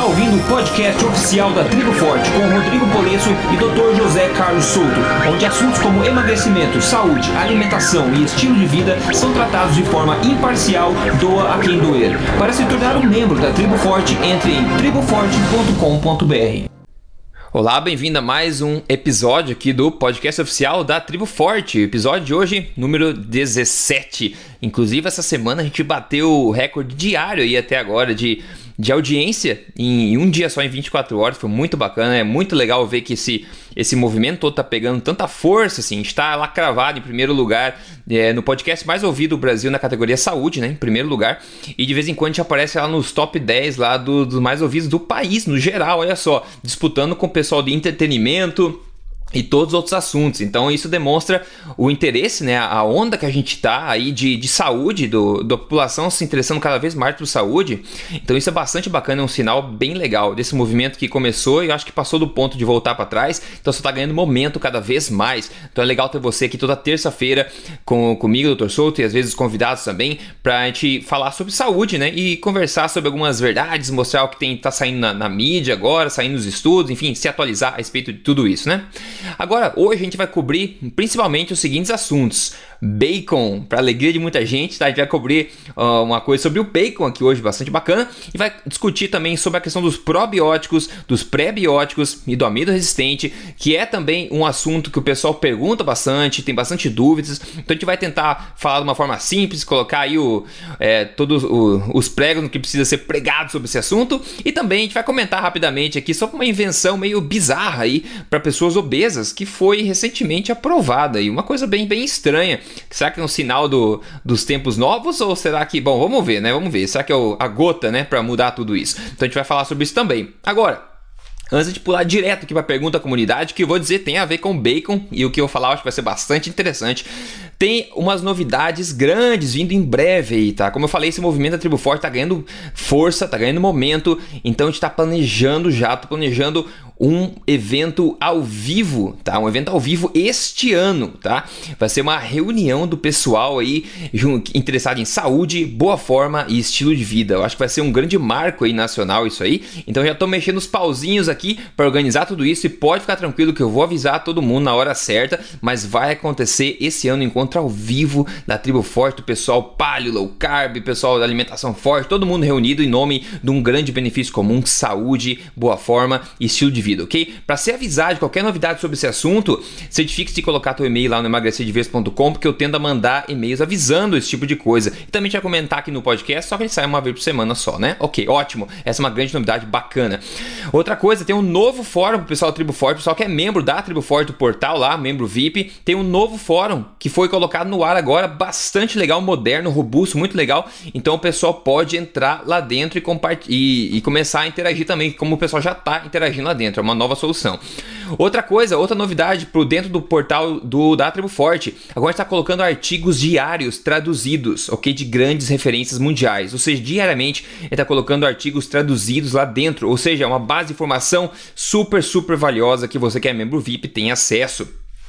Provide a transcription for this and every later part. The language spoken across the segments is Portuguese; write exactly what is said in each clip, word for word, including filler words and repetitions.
está ouvindo o podcast oficial da Tribo Forte com Rodrigo Polesso e doutor José Carlos Souto, onde assuntos como emagrecimento, saúde, alimentação e estilo de vida são tratados de forma imparcial, doa a quem doer. Para se tornar um membro da Tribo Forte, entre em tribo forte ponto com ponto b r. Olá, bem-vindo a mais um episódio aqui do podcast oficial da Tribo Forte. O episódio de hoje, número dezessete. Inclusive, essa semana a gente bateu o recorde diário aí até agora de, de audiência em, em um dia só, em vinte e quatro horas. Foi muito bacana, é muito legal ver que esse, esse movimento todo tá pegando tanta força, assim. A gente tá lá cravado em primeiro lugar é, no podcast mais ouvido do Brasil na categoria saúde, né? Em primeiro lugar. E de vez em quando a gente aparece lá nos top dez lá do, dos mais ouvidos do país, no geral, olha só. Disputando com o pessoal de entretenimento e todos os outros assuntos. Então isso demonstra o interesse, né, a onda que a gente tá aí de, de saúde, do, da população se interessando cada vez mais por saúde. Então isso é bastante bacana, é um sinal bem legal desse movimento que começou e eu acho que passou do ponto de voltar para trás, então você tá ganhando momento cada vez mais. Então é legal ter você aqui toda terça-feira com, comigo, doutor Souto, e às vezes os convidados também, pra gente falar sobre saúde, né, e conversar sobre algumas verdades, mostrar o que tem, tá saindo na, na mídia agora, saindo nos estudos, enfim, se atualizar a respeito de tudo isso, né. Agora, hoje a gente vai cobrir principalmente os seguintes assuntos. Bacon, para alegria de muita gente, tá? A gente vai cobrir uh, uma coisa sobre o bacon aqui hoje, bastante bacana. E vai discutir também sobre a questão dos probióticos, dos pré-bióticos e do amido resistente, que é também um assunto que o pessoal pergunta bastante, tem bastante dúvidas. Então a gente vai tentar falar de uma forma simples, colocar aí o, é, todos o, os pregos no que precisa ser pregado sobre esse assunto. E também a gente vai comentar rapidamente aqui sobre uma invenção meio bizarra aí para pessoas obesas, que foi recentemente aprovada. E uma coisa bem, bem estranha. Será que é um sinal do, dos tempos novos ou será que... Bom, vamos ver, né? Vamos ver. Será que é o, a gota, né? Para mudar tudo isso. Então a gente vai falar sobre isso também. Agora, antes de pular direto aqui para a pergunta da comunidade, que eu vou dizer tem a ver com bacon e o que eu vou falar acho que vai ser bastante interessante. Tem umas novidades grandes vindo em breve aí, tá? Como eu falei, esse movimento da Tribo Forte tá ganhando força, tá ganhando momento. Então a gente tá planejando já, tô planejando um evento ao vivo, tá? Um evento ao vivo este ano, tá? Vai ser uma reunião do pessoal aí interessado em saúde, boa forma e estilo de vida. Eu acho que vai ser um grande marco aí nacional isso aí. Então já tô mexendo os pauzinhos aqui para organizar tudo isso e pode ficar tranquilo que eu vou avisar todo mundo na hora certa, mas vai acontecer esse ano, encontro ao vivo da Tribo Forte, do pessoal paleo, low carb, pessoal da alimentação forte, todo mundo reunido em nome de um grande benefício comum, saúde, boa forma e estilo de vida, ok? Para ser avisado de qualquer novidade sobre esse assunto, certifique-se de colocar teu e-mail lá no emagrecer de vez ponto com, porque eu tendo a mandar e-mails avisando esse tipo de coisa. E também a gente vai comentar aqui no podcast, só que a gente sai uma vez por semana só, né? Ok, ótimo. Essa é uma grande novidade bacana. Outra coisa, tem um novo fórum pro pessoal da Tribo Forte, pessoal que é membro da Tribo Forte do portal lá, membro V I P, tem um novo fórum que foi colocado no ar agora, bastante legal, moderno, robusto, muito legal. Então o pessoal pode entrar lá dentro e, compartilhar e, e começar a interagir também, como o pessoal já está interagindo lá dentro, é uma nova solução. Outra coisa, outra novidade pro dentro do portal do, da Tribo Forte, agora está colocando artigos diários traduzidos, ok? De grandes referências mundiais, ou seja, diariamente ele está colocando artigos traduzidos lá dentro, ou seja, é uma base de informação super, super valiosa que você que é membro V I P tem acesso.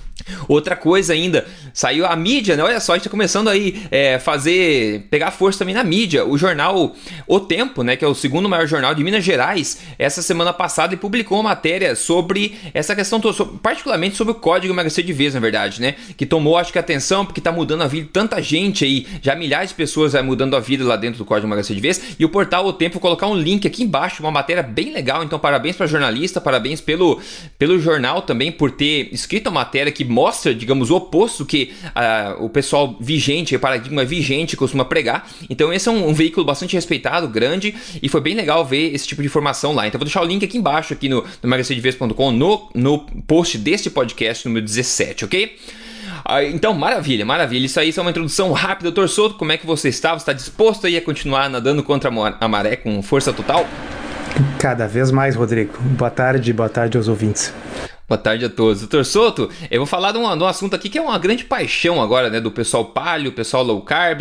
Outra coisa ainda, saiu a mídia, né? Olha só, a gente tá começando aí é, fazer, pegar força também na mídia. O jornal O Tempo, né, que é o segundo maior jornal de Minas Gerais, essa semana passada publicou uma matéria sobre essa questão, particularmente sobre o código emagrecer de vez, na verdade, né? Que tomou, acho que, atenção, porque tá mudando a vida de tanta gente aí, já milhares de pessoas vai mudando a vida lá dentro do código emagrecer de vez. E o portal O Tempo vou colocar um link aqui embaixo, uma matéria bem legal. Então, parabéns para jornalista, parabéns pelo, pelo jornal também por ter escrito a matéria que mostra, digamos, o oposto que uh, o pessoal vigente, o paradigma vigente costuma pregar. Então esse é um, um veículo bastante respeitado, grande, e foi bem legal ver esse tipo de informação lá. Então vou deixar o link aqui embaixo, aqui no, no emagrecer de vez ponto com, no, no post deste podcast número dezessete, ok? Uh, então, maravilha, maravilha. Isso aí é uma introdução rápida. doutor Souto, como é que você está? Você está disposto aí a continuar nadando contra a maré com força total? Cada vez mais, Rodrigo. Boa tarde, boa tarde aos ouvintes. Boa tarde a todos. doutor Souto, eu vou falar de um, de um assunto aqui que é uma grande paixão agora, né, do pessoal paleo, pessoal low carb,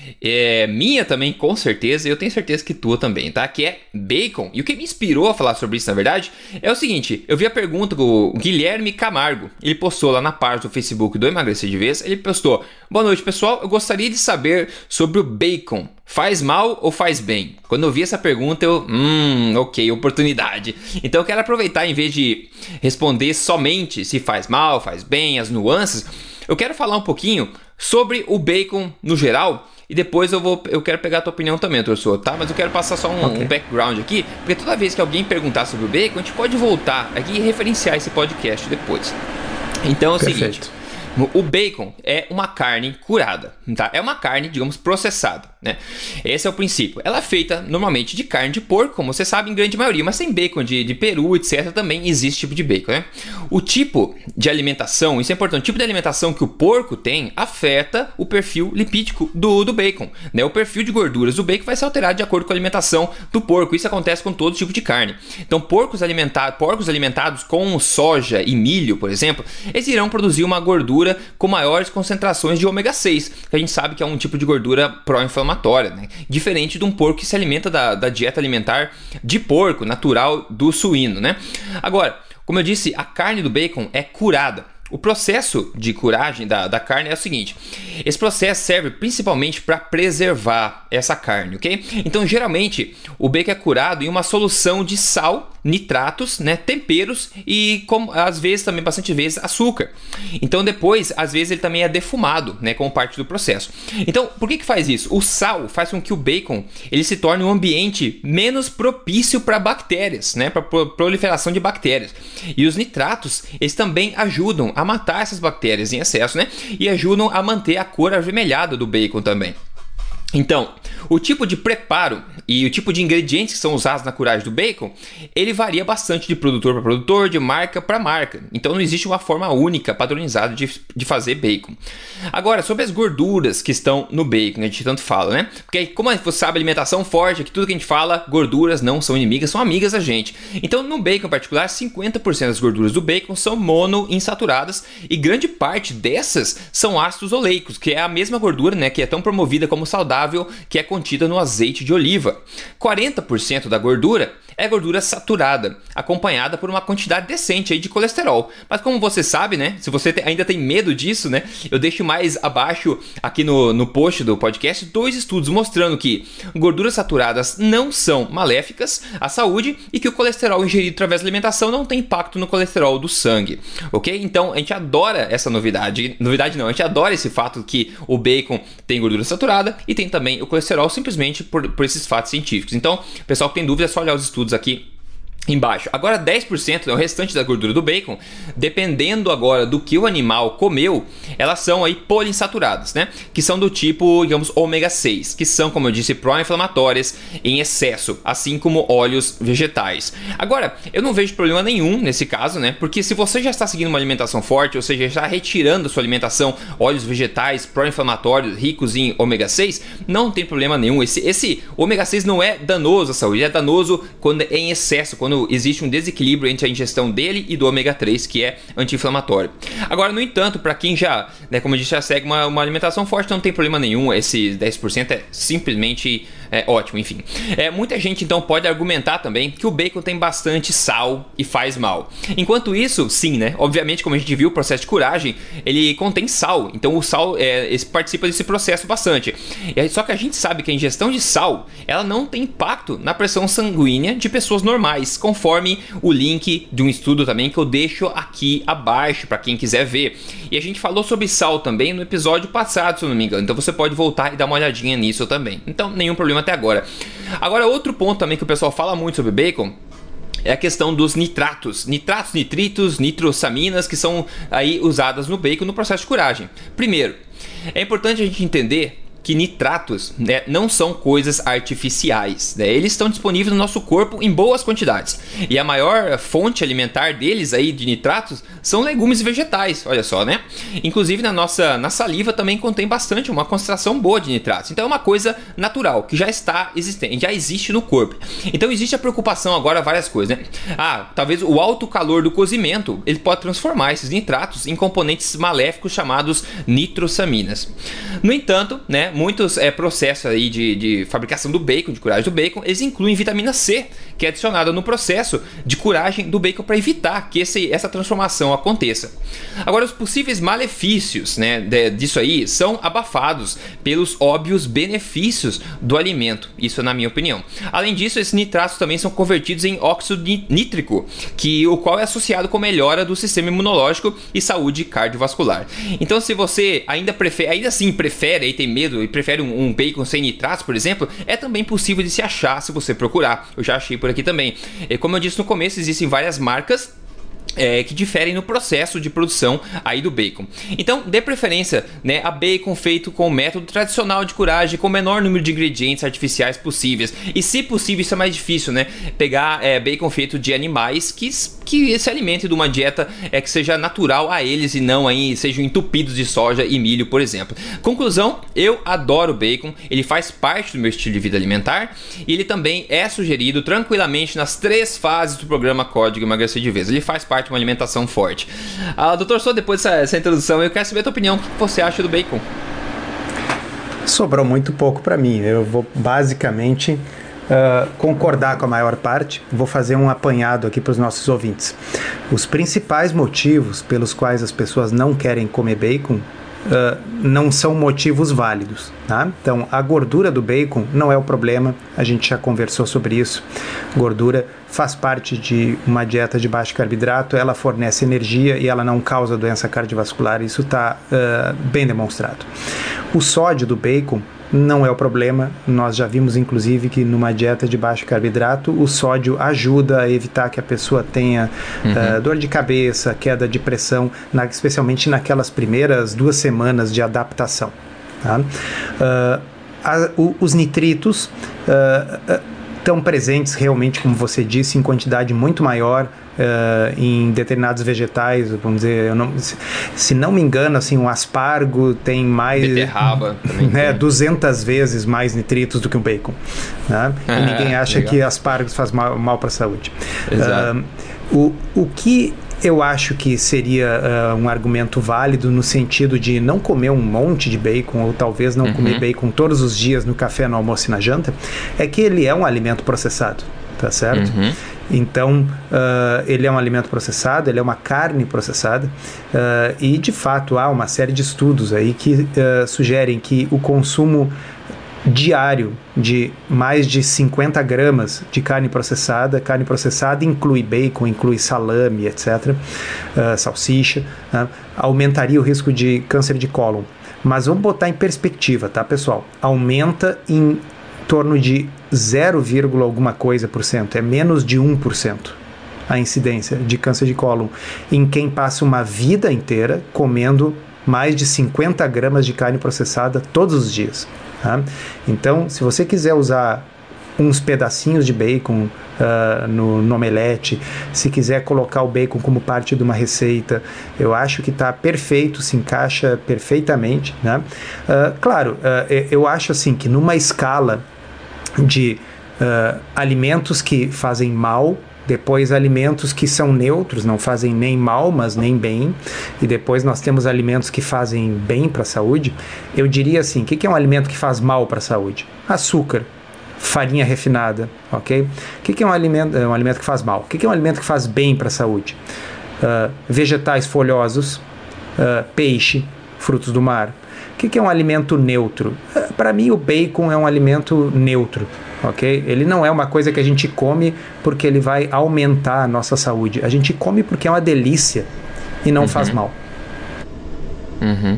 é minha também, com certeza, e eu tenho certeza que tua também, tá? Que é bacon. E o que me inspirou a falar sobre isso, na verdade, é o seguinte: eu vi a pergunta do Guilherme Camargo. Ele postou lá na página do Facebook do Emagrecer de Vez. Ele postou: boa noite, pessoal, eu gostaria de saber sobre o bacon. Faz mal ou faz bem? Quando eu vi essa pergunta, eu... Hum, ok, oportunidade. Então eu quero aproveitar, em vez de responder somente se faz mal, faz bem, as nuances, eu quero falar um pouquinho sobre o bacon no geral. E depois eu vou, eu quero pegar a tua opinião também, professor, tá? Mas eu quero passar só um, okay. um background aqui, porque toda vez que alguém perguntar sobre o bacon, a gente pode voltar aqui e referenciar esse podcast depois. Então é o Perfeito. seguinte: o bacon é uma carne curada, tá? É uma carne, digamos, processada, né? Esse é o princípio. Ela é feita normalmente de carne de porco, como você sabe, em grande maioria, mas tem bacon de, de peru, etcétera. Também existe tipo de bacon, né? O tipo de alimentação, isso é importante, o tipo de alimentação que o porco tem afeta o perfil lipídico do, do bacon, né? O perfil de gorduras do bacon vai ser alterado de acordo com a alimentação do porco. Isso acontece com todo tipo de carne. Então, porcos alimentados, porcos alimentados com soja e milho, por exemplo, eles irão produzir uma gordura com maiores concentrações de ômega seis, que a gente sabe que é um tipo de gordura pró-inflamatória, né? Diferente de um porco que se alimenta da, da dieta alimentar de porco natural do suíno, né? Agora, como eu disse, a carne do bacon é curada. O processo de curagem da, da carne é o seguinte: esse processo serve principalmente para preservar essa carne, ok? Então, geralmente, o bacon é curado em uma solução de sal, nitratos, né, temperos e, como, às vezes, também bastante vezes, açúcar. Então, depois, às vezes, ele também é defumado, né, como parte do processo. Então, por que que faz isso? O sal faz com que o bacon ele se torne um ambiente menos propício para bactérias, né, para proliferação de bactérias. E os nitratos, eles também ajudam a matar essas bactérias em excesso, né? E ajudam a manter a cor avermelhada do bacon também. Então, o tipo de preparo e o tipo de ingredientes que são usados na curagem do bacon, ele varia bastante de produtor para produtor, de marca para marca. Então não existe uma forma única, padronizada de, de fazer bacon. Agora, sobre as gorduras que estão no bacon, a gente tanto fala, né? Porque como você sabe, alimentação forte, aqui tudo que a gente fala, gorduras não são inimigas, são amigas da gente. Então no bacon em particular, cinquenta por cento das gorduras do bacon são monoinsaturadas e grande parte dessas são ácidos oleicos, que é a mesma gordura, né, que é tão promovida como saudável, que é contida no azeite de oliva. quarenta por cento da gordura é gordura saturada, acompanhada por uma quantidade decente aí de colesterol. Mas como você sabe, né, se você ainda tem medo disso, né, eu deixo mais abaixo aqui no, no post do podcast dois estudos mostrando que gorduras saturadas não são maléficas à saúde e que o colesterol ingerido através da alimentação não tem impacto no colesterol do sangue, ok? Então a gente adora essa novidade, novidade não, a gente adora esse fato que o bacon tem gordura saturada e tem também o colesterol simplesmente por, por esses fatos científicos. Então, pessoal que tem dúvida é só olhar os estudos aqui embaixo. Agora dez por cento, né, o restante da gordura do bacon, dependendo agora do que o animal comeu, elas são aí poliinsaturadas, né? Que são do tipo, digamos, ômega seis, que são, como eu disse, pró-inflamatórias em excesso, assim como óleos vegetais. Agora, eu não vejo problema nenhum nesse caso, né? Porque se você já está seguindo uma alimentação forte, ou seja, já está retirando da sua alimentação óleos vegetais pró-inflamatórios ricos em ômega seis, não tem problema nenhum. Esse, esse ômega seis não é danoso à saúde, é danoso quando é em excesso, quando existe um desequilíbrio entre a ingestão dele e do ômega três, que é anti-inflamatório. Agora, no entanto, para quem já, né, como eu disse, já segue uma, uma alimentação forte, não tem problema nenhum. Esse dez por cento é simplesmente é, ótimo, enfim. É, muita gente, então, pode argumentar também que o bacon tem bastante sal e faz mal. Enquanto isso, sim, né? Obviamente, como a gente viu, o processo de curagem, ele contém sal. Então, o sal é, esse, participa desse processo bastante. E, só que a gente sabe que a ingestão de sal, ela não tem impacto na pressão sanguínea de pessoas normais, conforme o link de um estudo também que eu deixo aqui abaixo para quem quiser ver. E a gente falou sobre sal também no episódio passado, se eu não me engano. Então você pode voltar e dar uma olhadinha nisso também. Então nenhum problema até agora. Agora outro ponto também que o pessoal fala muito sobre bacon é a questão dos nitratos. Nitratos, nitritos, nitrosaminas que são aí usadas no bacon no processo de curagem. Primeiro, é importante a gente entender que nitratos, né, não são coisas artificiais, né? Eles estão disponíveis no nosso corpo em boas quantidades. E a maior fonte alimentar deles aí de nitratos são legumes e vegetais, olha só, né? Inclusive na nossa na saliva também contém bastante, uma concentração boa de nitratos. Então é uma coisa natural, que já está existente, já existe no corpo. Então existe a preocupação agora, várias coisas, né? Ah, talvez o alto calor do cozimento, ele pode transformar esses nitratos em componentes maléficos chamados nitrosaminas. No entanto, né, muitos é, processos aí de, de fabricação do bacon, de curagem do bacon, eles incluem vitamina C, que é adicionada no processo de curagem do bacon para evitar que esse, essa transformação aconteça. Agora, os possíveis malefícios, né, de, disso aí são abafados pelos óbvios benefícios do alimento, isso na minha opinião. Além disso, esses nitratos também são convertidos em óxido nítrico, que, o qual é associado com melhora do sistema imunológico e saúde cardiovascular. Então, se você ainda prefere, ainda assim prefere, aí tem medo e prefere um, um bacon sem nitratos, por exemplo, é também possível de se achar se você procurar. Eu já achei por aqui também. E como eu disse no começo, existem várias marcas É, que diferem no processo de produção aí do bacon. Então, dê preferência, né, a bacon feito com o método tradicional de curagem, com o menor número de ingredientes artificiais possíveis. E se possível, isso é mais difícil, né? Pegar é, bacon feito de animais que, que se alimentem de uma dieta é, que seja natural a eles e não aí sejam entupidos de soja e milho, por exemplo. Conclusão, eu adoro bacon, ele faz parte do meu estilo de vida alimentar e ele também é sugerido tranquilamente nas três fases do programa Código Emagrecer de Vez. Ele faz parte de uma alimentação forte. Ah, doutor Souto, depois dessa, dessa introdução, eu quero saber a tua opinião. O que você acha do bacon? Sobrou muito pouco para mim. Eu vou basicamente uh, concordar com a maior parte. Vou fazer um apanhado aqui para os nossos ouvintes. Os principais motivos pelos quais as pessoas não querem comer bacon Uh, não são motivos válidos, tá? Então, a gordura do bacon não é o problema, a gente já conversou sobre isso. Gordura faz parte de uma dieta de baixo carboidrato, ela fornece energia e ela não causa doença cardiovascular, isso está uh, bem demonstrado. O sódio do bacon não é o problema, nós já vimos inclusive que numa dieta de baixo carboidrato o sódio ajuda a evitar que a pessoa tenha uhum. uh, dor de cabeça, queda de pressão, na, especialmente naquelas primeiras duas semanas de adaptação. Tá? Uh, a, o, os nitritos uh, uh, estão presentes realmente, como você disse, em quantidade muito maior Uh, em determinados vegetais, vamos dizer, eu não, se, se não me engano, assim, um aspargo tem mais... Beterraba também né, tem. duzentas vezes mais nitritos do que o bacon. Né? Ah, e ninguém acha legal. que aspargos faz mal, mal para a saúde. Exato. Uh, o, o que eu acho que seria uh, um argumento válido no sentido de não comer um monte de bacon, ou talvez não uhum. comer bacon todos os dias no café, no almoço e na janta, é que ele é um alimento processado, tá certo? Uhum. Então, uh, ele é um alimento processado, ele é uma carne processada uh, e, de fato, há uma série de estudos aí que uh, sugerem que o consumo diário de mais de cinquenta gramas de carne processada, carne processada inclui bacon, inclui salame, etcétera, uh, salsicha, uh, aumentaria o risco de câncer de cólon. Mas vamos botar em perspectiva, tá, pessoal? Aumenta em torno de zero, alguma coisa por cento, é menos de um por cento a incidência de câncer de cólon em quem passa uma vida inteira comendo mais de cinquenta gramas de carne processada todos os dias. Tá? Então, se você quiser usar uns pedacinhos de bacon uh, no, no omelete, se quiser colocar o bacon como parte de uma receita, eu acho que está perfeito, se encaixa perfeitamente, né? Uh, claro, uh, eu acho assim que numa escala de uh, alimentos que fazem mal, depois alimentos que são neutros, não fazem nem mal, mas nem bem, e depois nós temos alimentos que fazem bem para a saúde. Eu diria assim, o que é um alimento que faz mal para a saúde? Açúcar, farinha refinada, ok? O que é um alimento, um alimento que faz mal? O que é um alimento que faz bem para a saúde? Uh, vegetais folhosos, uh, peixe, frutos do mar. O que é um alimento neutro? Uh, para mim, o bacon é um alimento neutro. Okay? Ele não é uma coisa que a gente come porque ele vai aumentar a nossa saúde. A gente come porque é uma delícia e não uhum. faz mal. Uhum.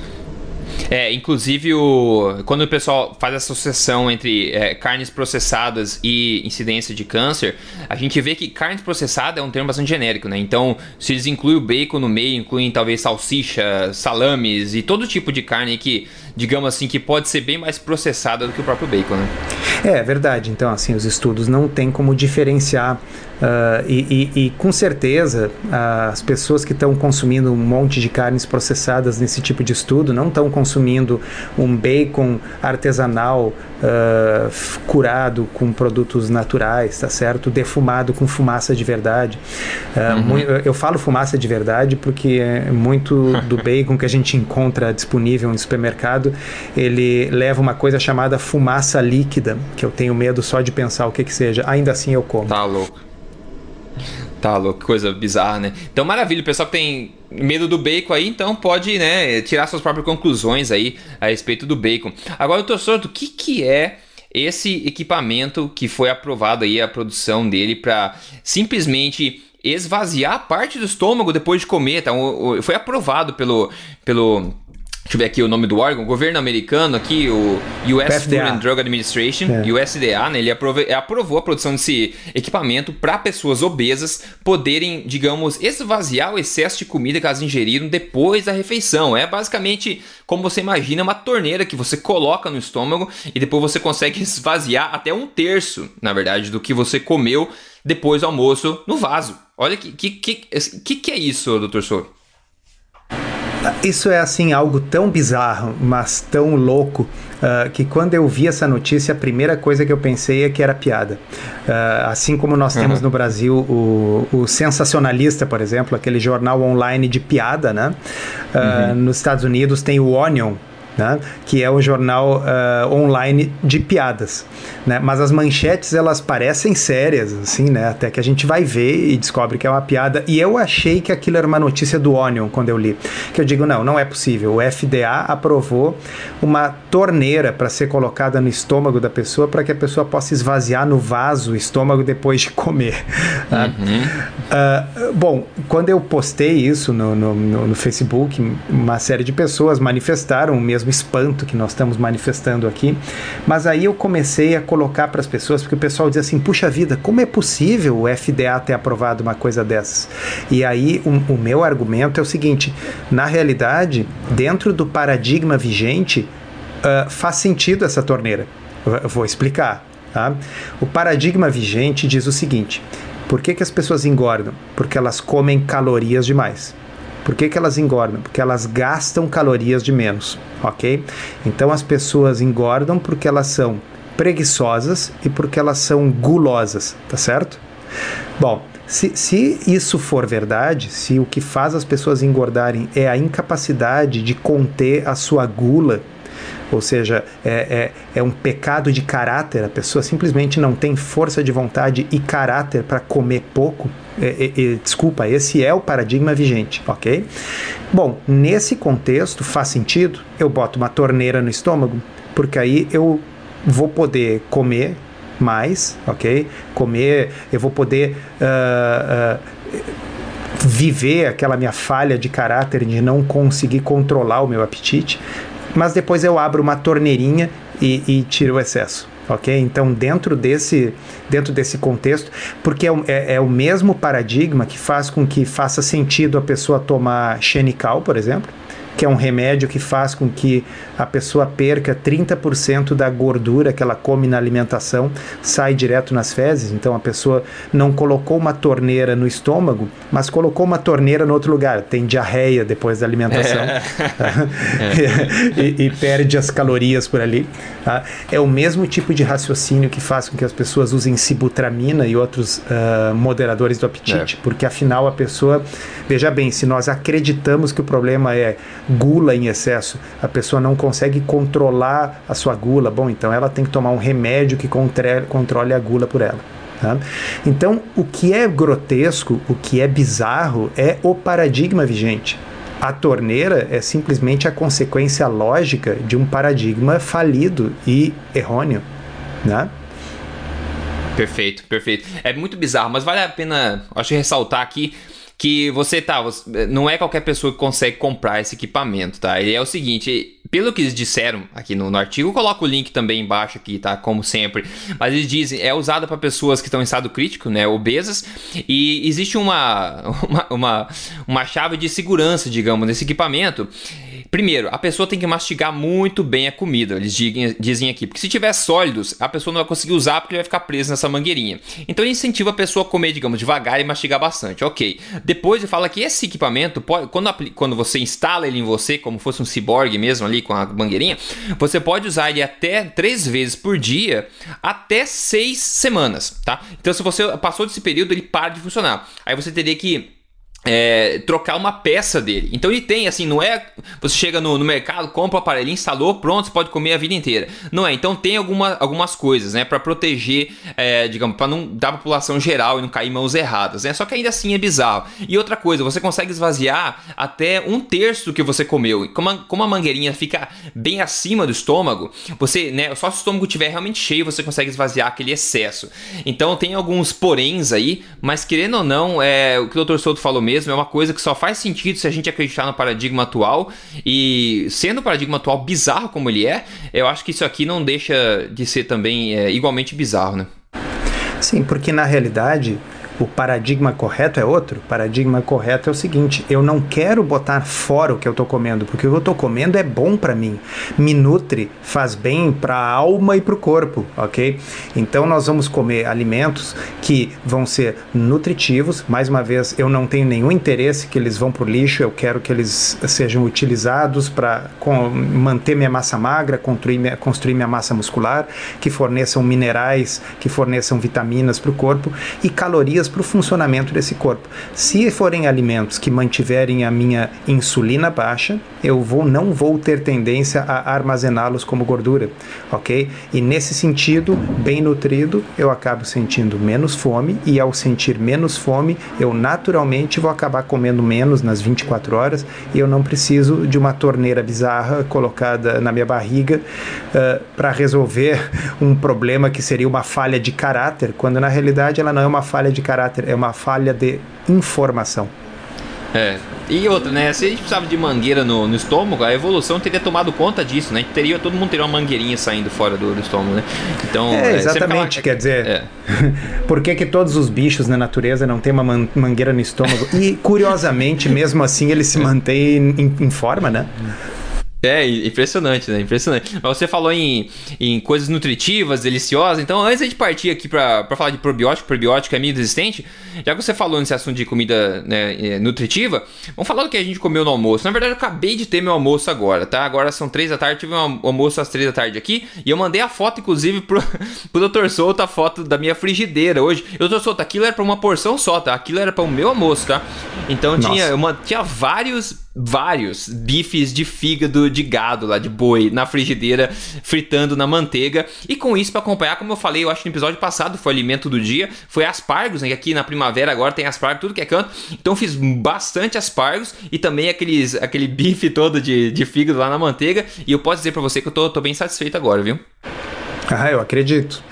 É, inclusive, o, quando o pessoal faz essa associação entre é, carnes processadas e incidência de câncer, a gente vê que carne processada é um termo bastante genérico, né? Então, se eles incluem o bacon no meio, incluem talvez salsicha, salames e todo tipo de carne que, digamos assim, que pode ser bem mais processada do que o próprio bacon, né? É, é verdade. Então, assim, os estudos não têm como diferenciar uh, e, e, e, com certeza, uh, as pessoas que estão consumindo um monte de carnes processadas nesse tipo de estudo não estão consumindo um bacon artesanal uh, curado com produtos naturais, tá certo? Defumado com fumaça de verdade. Uh, Uhum. mu- eu falo fumaça de verdade porque é muito do bacon que a gente encontra disponível no supermercado, ele leva uma coisa chamada fumaça líquida, que eu tenho medo só de pensar o que que seja. Ainda assim eu como. Tá louco. Tá louco, que coisa bizarra, né? Então, maravilha, o pessoal que tem medo do bacon aí, então pode, né, tirar suas próprias conclusões aí a respeito do bacon. Agora, doutor Souto, o que que é esse equipamento que foi aprovado aí, a produção dele, para simplesmente esvaziar a parte do estômago depois de comer, tá? O- o- Foi aprovado pelo... pelo Deixa eu ver aqui o nome do órgão, o governo americano aqui, o U S F D A. Food and Drug Administration, É. U S D A, né, ele aprove- aprovou a produção desse equipamento para pessoas obesas poderem, digamos, esvaziar o excesso de comida que elas ingeriram depois da refeição. É basicamente, como você imagina, uma torneira que você coloca no estômago e depois você consegue esvaziar até um terço, na verdade, do que você comeu depois do almoço no vaso. Olha que que, que, que, que é isso, doutor Souto? Isso é assim algo tão bizarro, mas tão louco, uh, que quando eu vi essa notícia, a primeira coisa que eu pensei é que era piada. Uh, assim como nós Uhum. temos no Brasil o, o Sensacionalista, por exemplo, aquele jornal online de piada, né? Uh, Uhum. Nos Estados Unidos tem o Onion, né? Que é um jornal uh, online de piadas, né? Mas as manchetes elas parecem sérias, assim, né? Até que a gente vai ver e descobre que é uma piada. E eu achei que aquilo era uma notícia do Onion quando eu li, que eu digo não, não é possível. O F D A aprovou uma torneira para ser colocada no estômago da pessoa para que a pessoa possa esvaziar no vaso o estômago depois de comer. Tá? Uhum. Uh, bom, quando eu postei isso no, no, no, no Facebook, uma série de pessoas manifestaram o mesmo espanto que nós estamos manifestando aqui, mas aí eu comecei a colocar para as pessoas, porque o pessoal diz assim, puxa vida, como é possível o F D A ter aprovado uma coisa dessas? E aí o, o meu argumento é o seguinte, na realidade, dentro do paradigma vigente, uh, faz sentido essa torneira. Eu, eu vou explicar. Tá? O paradigma vigente diz o seguinte, por que que as pessoas engordam? Porque elas comem calorias demais. Por que que elas engordam? Porque elas gastam calorias de menos, ok? Então as pessoas engordam porque elas são preguiçosas e porque elas são gulosas, tá certo? Bom, se, se isso for verdade, se o que faz as pessoas engordarem é a incapacidade de conter a sua gula, ou seja, é, é, é um pecado de caráter, a pessoa simplesmente não tem força de vontade e caráter para comer pouco, é, é, é, desculpa, esse é o paradigma vigente, ok? Bom, nesse contexto faz sentido, eu boto uma torneira no estômago, porque aí eu vou poder comer mais, ok? Comer, eu vou poder uh, uh, viver aquela minha falha de caráter de não conseguir controlar o meu apetite, mas depois eu abro uma torneirinha e, e tiro o excesso, ok? Então, dentro desse, dentro desse contexto, porque é, é, é o mesmo paradigma que faz com que faça sentido a pessoa tomar Xenical, por exemplo, que é um remédio que faz com que a pessoa perca trinta por cento da gordura que ela come na alimentação, sai direto nas fezes. Então a pessoa não colocou uma torneira no estômago, mas colocou uma torneira no outro lugar. Tem diarreia depois da alimentação. É. e, e perde as calorias por ali. Tá? É o mesmo tipo de raciocínio que faz com que as pessoas usem sibutramina e outros uh, moderadores do apetite, é. Porque afinal a pessoa, veja bem, se nós acreditamos que o problema é gula em excesso, a pessoa não consegue controlar a sua gula, bom, então ela tem que tomar um remédio que controle a gula por ela. Tá? Então, o que é grotesco, o que é bizarro é o paradigma vigente. A torneira é simplesmente a consequência lógica de um paradigma falido e errôneo, né? Perfeito, perfeito. É muito bizarro, mas vale a pena, acho, ressaltar aqui que você tá, você, não é qualquer pessoa que consegue comprar esse equipamento, tá? Ele é o seguinte, pelo que eles disseram aqui no, no artigo, eu coloco o link também embaixo aqui, tá? Como sempre. Mas eles dizem, é usado para pessoas que estão em estado crítico, né? Obesas. E existe uma, uma, uma, uma chave de segurança, digamos, nesse equipamento, Primeiro, a pessoa tem que mastigar muito bem a comida, eles dizem aqui, porque se tiver sólidos, a pessoa não vai conseguir usar porque ele vai ficar preso nessa mangueirinha. Então ele incentiva a pessoa a comer, digamos, devagar e mastigar bastante, ok. Depois ele fala que esse equipamento, pode, quando, quando você instala ele em você, como fosse um ciborgue mesmo ali com a mangueirinha, você pode usar ele até três vezes por dia, até seis semanas, tá? Então se você passou desse período, ele para de funcionar. Aí você teria que É, trocar uma peça dele. Então ele tem, assim, não é você chega no, no mercado, compra o aparelho, instalou, pronto, você pode comer a vida inteira. Não é, então tem alguma, algumas coisas, né, para proteger, é, digamos, para não dar população geral e não cair em mãos erradas, né, só que ainda assim é bizarro. E outra coisa, você consegue esvaziar até um terço do que você comeu. Como a, como a mangueirinha fica bem acima do estômago, você, né, só se o estômago estiver realmente cheio, você consegue esvaziar aquele excesso. Então tem alguns poréns aí, mas querendo ou não, é, o que o doutor Souto falou mesmo, mesmo, é uma coisa que só faz sentido se a gente acreditar no paradigma atual, e sendo o paradigma atual bizarro como ele é, eu acho que isso aqui não deixa de ser também é, igualmente bizarro, né? Sim, porque na realidade o paradigma correto é outro. O paradigma correto é o seguinte: eu não quero botar fora o que eu estou comendo, porque o que eu estou comendo é bom para mim, me nutre, faz bem para a alma e para o corpo, ok? Então nós vamos comer alimentos que vão ser nutritivos. Mais uma vez, eu não tenho nenhum interesse que eles vão para o lixo, eu quero que eles sejam utilizados para manter minha massa magra, construir minha, construir minha massa muscular, que forneçam minerais, que forneçam vitaminas para o corpo e calorias para o funcionamento desse corpo. Se forem alimentos que mantiverem a minha insulina baixa, eu vou, não vou ter tendência a armazená-los como gordura, ok? E nesse sentido, bem nutrido, eu acabo sentindo menos fome, e ao sentir menos fome, eu naturalmente vou acabar comendo menos nas vinte e quatro horas, e eu não preciso de uma torneira bizarra colocada na minha barriga uh, para resolver um problema que seria uma falha de caráter, quando na realidade ela não é uma falha de caráter, é uma falha de informação. É, e outra, né, se a gente precisava de mangueira no, no estômago, a evolução teria tomado conta disso, né, teria, todo mundo teria uma mangueirinha saindo fora do, do estômago, né, então... É, exatamente, quer dizer, é. Por que que todos os bichos na natureza não tem uma man- mangueira no estômago? E, curiosamente, mesmo assim, eles se mantêm em, em forma, né? É, impressionante, né? Impressionante. Mas você falou em, em coisas nutritivas, deliciosas. Então, antes de partir aqui pra, pra falar de probiótico, probiótico é amigo existente, já que você falou nesse assunto de comida, né, nutritiva, vamos falar do que a gente comeu no almoço. Na verdade, eu acabei de ter meu almoço agora, tá? Agora são três da tarde, tive um almoço às três da tarde aqui, e eu mandei a foto, inclusive, pro, pro doutor Souto, a foto da minha frigideira hoje. E o doutor Souto, aquilo era pra uma porção só, tá? Aquilo era pra o meu almoço, tá? Então, tinha, uma, tinha vários... vários bifes de fígado de gado lá, de boi, na frigideira, fritando na manteiga, e com isso para acompanhar, como eu falei, eu acho que no episódio passado foi o alimento do dia, foi aspargos, né, que aqui na primavera agora tem aspargos, tudo que é canto, então fiz bastante aspargos, e também aqueles, aquele bife todo de, de fígado lá na manteiga, e eu posso dizer para você que eu tô, tô bem satisfeito agora, viu? Ah, eu acredito.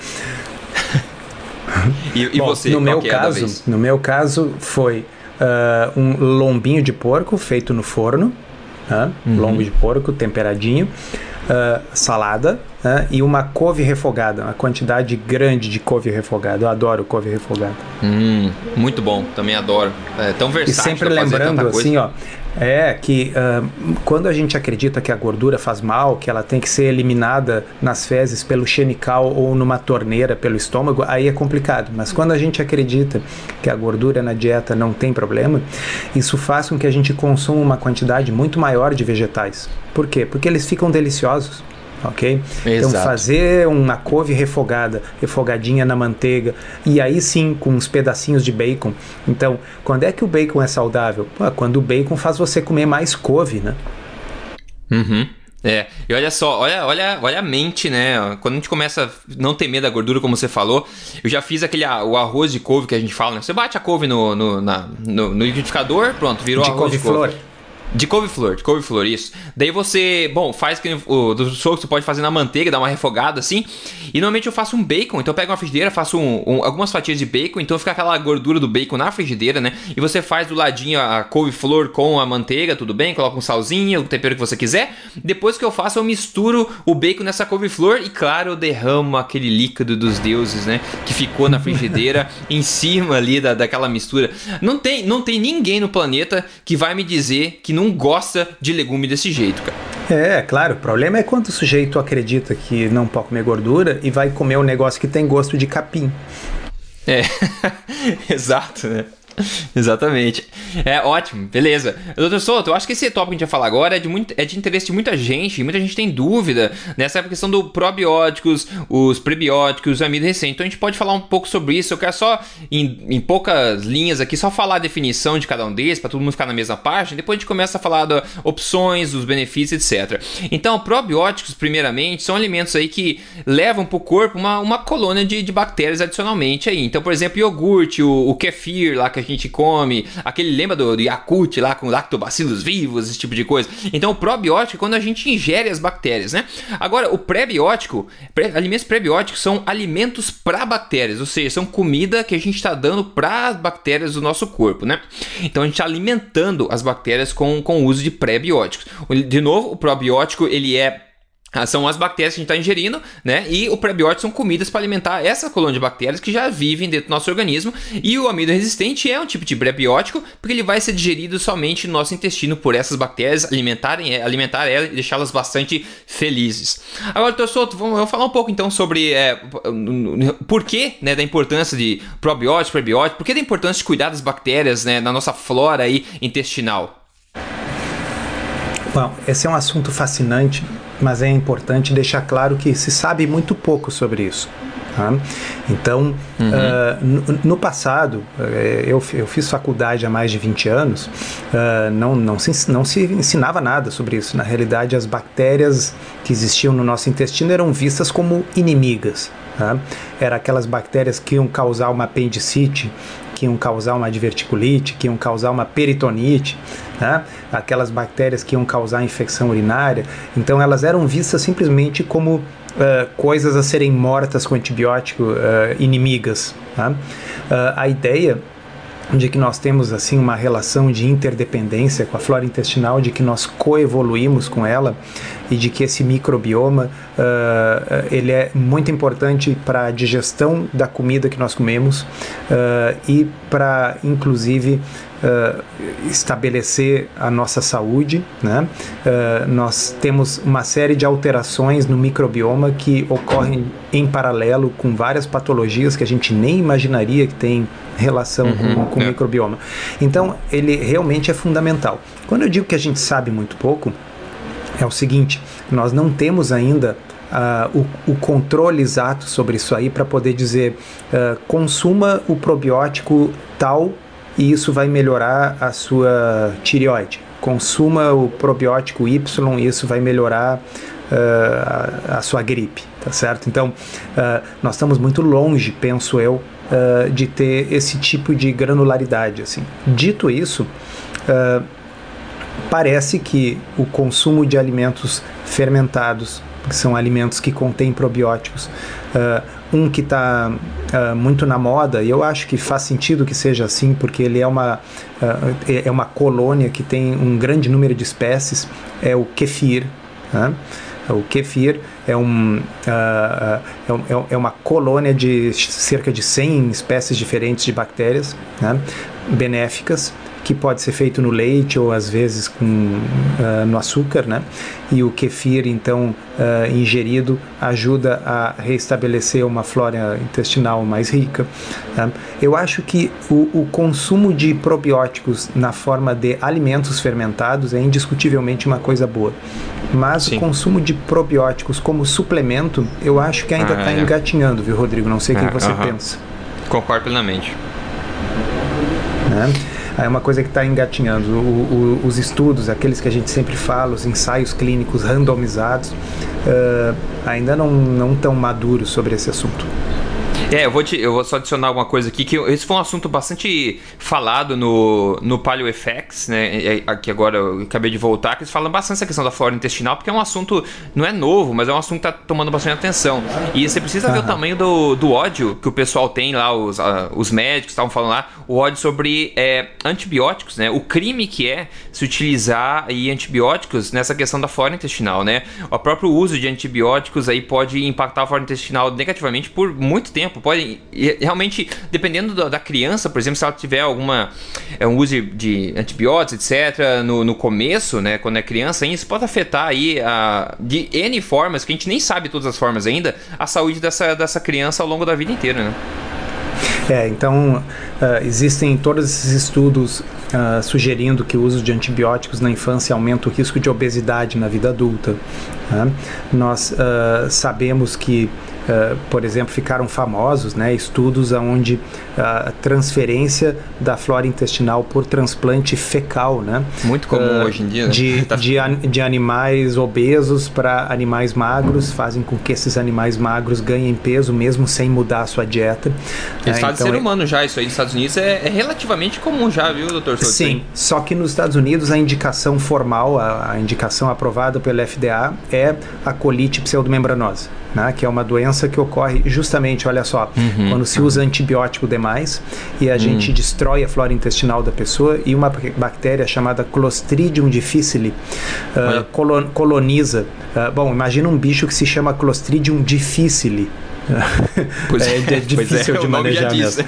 e, e Bom, você, no qual meu que é da caso, vez? no meu caso foi Uh, um lombinho de porco feito no forno, uh, uhum. lombo de porco temperadinho, uh, salada uh, e uma couve refogada, uma quantidade grande de couve refogada. Eu adoro couve refogada. Hum, muito bom, também adoro. É tão versátil. E sempre lembrando assim, ó, é que uh, quando a gente acredita que a gordura faz mal, que ela tem que ser eliminada nas fezes pelo xenical ou numa torneira pelo estômago, aí é complicado. Mas quando a gente acredita que a gordura na dieta não tem problema, isso faz com que a gente consuma uma quantidade muito maior de vegetais. Por quê? Porque eles ficam deliciosos. Ok? Exato. Então fazer uma couve refogada, refogadinha na manteiga, e aí sim com uns pedacinhos de bacon. Então, quando é que o bacon é saudável? Pô, quando o bacon faz você comer mais couve, né? Uhum. É, e olha só, olha, olha, olha a mente, né? Quando a gente começa a não temer da gordura, como você falou, eu já fiz aquele o arroz de couve que a gente fala, né? Você bate a couve no, no, na, no, no liquidificador, pronto, virou de arroz de couve. Couve-flor. De couve-flor, de couve-flor, isso. Daí você, bom, faz que o do soco você pode fazer na manteiga, dar uma refogada assim. E normalmente eu faço um bacon, então eu pego uma frigideira, faço um, um, algumas fatias de bacon, então fica aquela gordura do bacon na frigideira, né? E você faz do ladinho a couve-flor com a manteiga, tudo bem? Coloca um salzinho, o tempero que você quiser. Depois que eu faço, eu misturo o bacon nessa couve-flor e, claro, eu derramo aquele líquido dos deuses, né? Que ficou na frigideira em cima ali da, daquela mistura. Não tem, não tem ninguém no planeta que vai me dizer que não gosta de legume desse jeito, cara. É, claro, o problema é quando o sujeito acredita que não pode comer gordura e vai comer um negócio que tem gosto de capim. É, exato, né? Exatamente. É ótimo, beleza. doutor Souto, eu acho que esse tópico que a gente vai falar agora é de, muito, é de interesse de muita gente. Muita gente tem dúvida nessa questão do probióticos, os prebióticos, os amido recente. Então a gente pode falar um pouco sobre isso. Eu quero só, em, em poucas linhas aqui, só falar a definição de cada um deles, para todo mundo ficar na mesma página. Depois a gente começa a falar das opções, dos benefícios, etcétera. Então, probióticos, primeiramente, são alimentos aí que levam para o corpo uma, uma colônia de, de bactérias adicionalmente aí. Então, por exemplo, iogurte, o, o kefir lá que a gente come, aquele, lembra do, do Yakult lá com lactobacilos vivos, esse tipo de coisa. Então o probiótico é quando a gente ingere as bactérias, né? Agora o prebiótico, pré, alimentos prebióticos são alimentos para bactérias, ou seja, são comida que a gente está dando para as bactérias do nosso corpo, né? Então a gente está alimentando as bactérias com, com o uso de prebióticos. De novo, o probiótico ele é são as bactérias que a gente está ingerindo, né? E o prebiótico são comidas para alimentar essa colônia de bactérias que já vivem dentro do nosso organismo. E o amido resistente é um tipo de prebiótico, porque ele vai ser digerido somente no nosso intestino por essas bactérias, alimentarem, alimentar elas e deixá-las bastante felizes. Agora, doutor Souto, vamos falar um pouco então sobre é, por que, né, da importância de probiótico, prebiótico, por que da importância de cuidar das bactérias, né, na nossa flora aí intestinal? Bom, esse é um assunto fascinante, mas é importante deixar claro que se sabe muito pouco sobre isso. Tá? Então, uhum. uh, no, no passado, uh, eu, eu fiz faculdade há mais de vinte anos, uh, não, não, se, não se ensinava nada sobre isso. Na realidade, as bactérias que existiam no nosso intestino eram vistas como inimigas. Tá? Eram aquelas bactérias que iam causar uma apendicite, que iam causar uma diverticulite, que iam causar uma peritonite, né? Aquelas bactérias que iam causar infecção urinária. Então elas eram vistas simplesmente como uh, coisas a serem mortas com antibiótico, uh, inimigas. Tá? Uh, a ideia de que nós temos assim uma relação de interdependência com a flora intestinal, de que nós coevoluímos com ela e de que esse microbioma uh, ele é muito importante para a digestão da comida que nós comemos uh, e para, inclusive, Uh, estabelecer a nossa saúde, né? Uh, nós temos uma série de alterações no microbioma que ocorrem em paralelo com várias patologias que a gente nem imaginaria que tem relação uhum, com, com é. o microbioma. Então, ele realmente é fundamental. Quando eu digo que a gente sabe muito pouco, é o seguinte, nós não temos ainda Uh, o, o controle exato sobre isso aí para poder dizer uh, consuma o probiótico tal e isso vai melhorar a sua tireoide. Consuma o probiótico Y e isso vai melhorar uh, a, a sua gripe, tá certo? Então, uh, nós estamos muito longe, penso eu, uh, de ter esse tipo de granularidade, assim. Dito isso, uh, parece que o consumo de alimentos fermentados, que são alimentos que contêm probióticos, uh, um que está uh, muito na moda, e eu acho que faz sentido que seja assim, porque ele é uma, uh, é uma colônia que tem um grande número de espécies, é o kefir. Né? O kefir é, um, uh, é, é uma colônia de cerca de cem espécies diferentes de bactérias, né? Benéficas, que pode ser feito no leite ou às vezes com, uh, no açúcar, né? E o kefir, então, uh, ingerido, ajuda a restabelecer uma flora intestinal mais rica. Tá? Eu acho que o, o consumo de probióticos na forma de alimentos fermentados é indiscutivelmente uma coisa boa. Mas Sim. o consumo de probióticos como suplemento, eu acho que ainda está ah, é. engatinhando, viu, Rodrigo? Não sei o ah, que você uh-huh. pensa. Concordo plenamente. Né? É uma coisa que está engatinhando. O, o, os estudos, aqueles que a gente sempre fala, os ensaios clínicos randomizados, uh, ainda não, não estão maduros sobre esse assunto. É, eu vou, te, eu vou só adicionar alguma coisa aqui, que esse foi um assunto bastante falado no, no PaleoFX, né, que agora eu acabei de voltar, que eles falam bastante essa questão da flora intestinal, porque é um assunto, não é novo, mas é um assunto que está tomando bastante atenção. E você precisa uhum. ver o tamanho do, do ódio que o pessoal tem lá, os, uh, os médicos estavam falando lá, o ódio sobre é, antibióticos, né, o crime que é se utilizar aí, antibióticos nessa questão da flora intestinal, né. O próprio uso de antibióticos aí pode impactar a flora intestinal negativamente por muito tempo. tempo, pode realmente, dependendo da, da criança, por exemplo, se ela tiver alguma é, um uso de antibióticos, etcétera, no, no começo, né, quando é criança, isso pode afetar aí a, de N formas, que a gente nem sabe todas as formas ainda, a saúde dessa, dessa criança ao longo da vida inteira, né? É, então uh, existem todos esses estudos uh, sugerindo que o uso de antibióticos na infância aumenta o risco de obesidade na vida adulta. Né? Nós uh, sabemos que, uh, por exemplo, ficaram famosos, né, estudos onde a transferência da flora intestinal por transplante fecal, né? Muito comum uh, hoje em dia, né? de, de, de animais obesos para animais magros, fazem com que esses animais magros ganhem peso mesmo sem mudar a sua dieta. Eles fazem ser humano já, isso aí nos Estados Unidos é, é relativamente comum já, viu, doutor Souto? Sim, só que nos Estados Unidos a indicação formal, a, a indicação aprovada pelo F D A é a colite pseudomembranosa, né, que é uma doença que ocorre justamente, olha só, uhum, quando se usa antibiótico demais e a uhum. gente destrói a flora intestinal da pessoa e uma bactéria chamada Clostridium difficile uh, colon, coloniza. Uh, bom, imagina um bicho que se chama Clostridium difficile. Pois é, é, é difícil é, de manejar mesmo.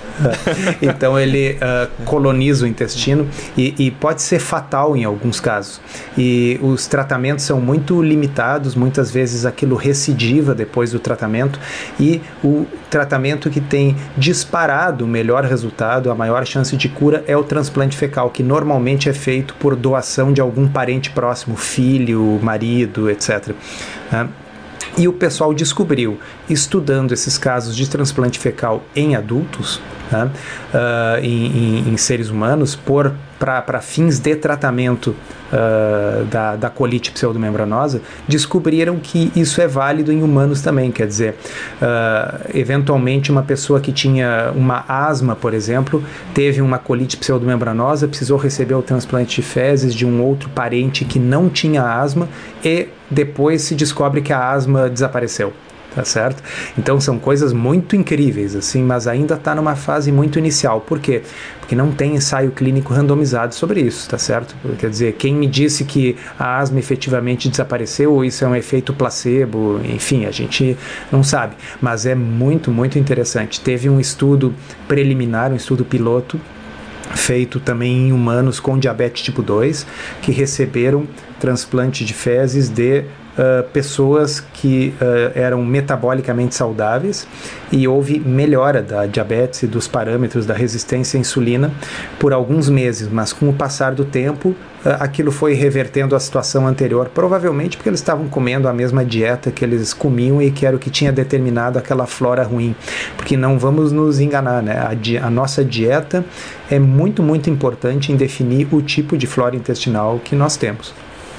Então ele uh, coloniza o intestino e, e pode ser fatal em alguns casos. E os tratamentos são muito limitados, muitas vezes aquilo recidiva depois do tratamento, e o tratamento que tem disparado o melhor resultado, a maior chance de cura, é o transplante fecal, que normalmente é feito por doação de algum parente próximo, filho, marido, etcétera. Uh, E o pessoal descobriu, estudando esses casos de transplante fecal em adultos, né, uh, em, em, em seres humanos, para fins de tratamento uh, da, da colite pseudomembranosa, descobriram que isso é válido em humanos também. Quer dizer, uh, eventualmente uma pessoa que tinha uma asma, por exemplo, teve uma colite pseudomembranosa, precisou receber o transplante de fezes de um outro parente que não tinha asma e depois se descobre que a asma desapareceu, tá certo? Então são coisas muito incríveis, assim, mas ainda está numa fase muito inicial. Por quê? Porque não tem ensaio clínico randomizado sobre isso, tá certo? Quer dizer, quem me disse que a asma efetivamente desapareceu, ou isso é um efeito placebo, enfim, a gente não sabe. Mas é muito, muito interessante. Teve um estudo preliminar, um estudo piloto, feito também em humanos com diabetes tipo dois, que receberam transplante de fezes de uh, pessoas que uh, eram metabolicamente saudáveis, e houve melhora da diabetes e dos parâmetros da resistência à insulina por alguns meses, mas com o passar do tempo uh, aquilo foi revertendo a situação anterior, provavelmente porque eles estavam comendo a mesma dieta que eles comiam e que era o que tinha determinado aquela flora ruim. Porque não vamos nos enganar, né? A, di- a nossa dieta é muito, muito importante em definir o tipo de flora intestinal que nós temos.